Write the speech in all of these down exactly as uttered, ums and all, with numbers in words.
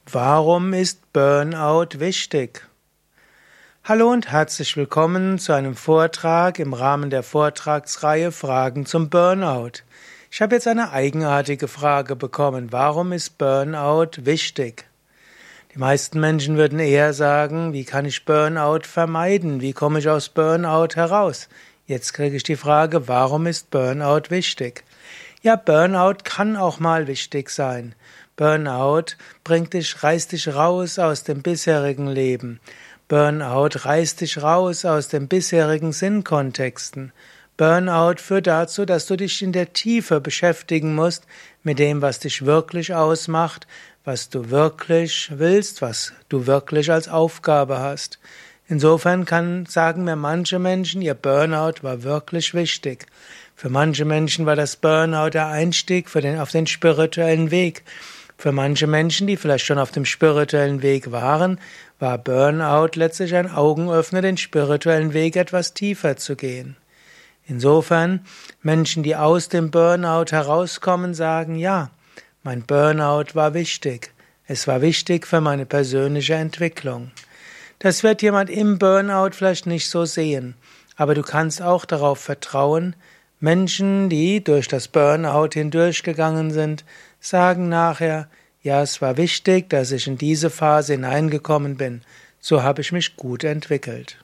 Warum ist Burnout wichtig? Hallo und herzlich willkommen zu einem Vortrag im Rahmen der Vortragsreihe Fragen zum Burnout. Ich habe jetzt eine eigenartige Frage bekommen. Warum ist Burnout wichtig? Die meisten Menschen würden eher sagen, wie kann ich Burnout vermeiden? Wie komme ich aus Burnout heraus? Jetzt kriege ich die Frage, warum ist Burnout wichtig? Ja, Burnout kann auch mal wichtig sein. Burnout bringt dich, reißt dich raus aus dem bisherigen Leben. Burnout reißt dich raus aus den bisherigen Sinnkontexten. Burnout führt dazu, dass du dich in der Tiefe beschäftigen musst mit dem, was dich wirklich ausmacht, was du wirklich willst, was du wirklich als Aufgabe hast. Insofern kann, sagen mir manche Menschen, ihr Burnout war wirklich wichtig. Für manche Menschen war das Burnout der Einstieg für den, auf den spirituellen Weg. Für manche Menschen, die vielleicht schon auf dem spirituellen Weg waren, war Burnout letztlich ein Augenöffner, den spirituellen Weg etwas tiefer zu gehen. Insofern, Menschen, die aus dem Burnout herauskommen, sagen, ja, mein Burnout war wichtig. Es war wichtig für meine persönliche Entwicklung. Das wird jemand im Burnout vielleicht nicht so sehen, aber du kannst auch darauf vertrauen, Menschen, die durch das Burnout hindurchgegangen sind, sagen nachher, ja, es war wichtig, dass ich in diese Phase hineingekommen bin. So habe ich mich gut entwickelt.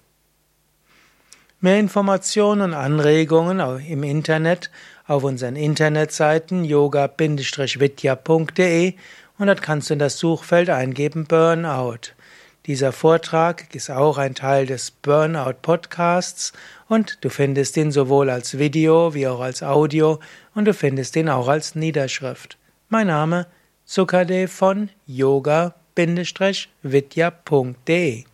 Mehr Informationen und Anregungen im Internet auf unseren Internetseiten yoga vidya punkt de und dort kannst du in das Suchfeld eingeben Burnout. Dieser Vortrag ist auch ein Teil des Burnout-Podcasts und du findest ihn sowohl als Video wie auch als Audio und du findest ihn auch als Niederschrift. Mein Name Sukadev von yoga vidya punkt de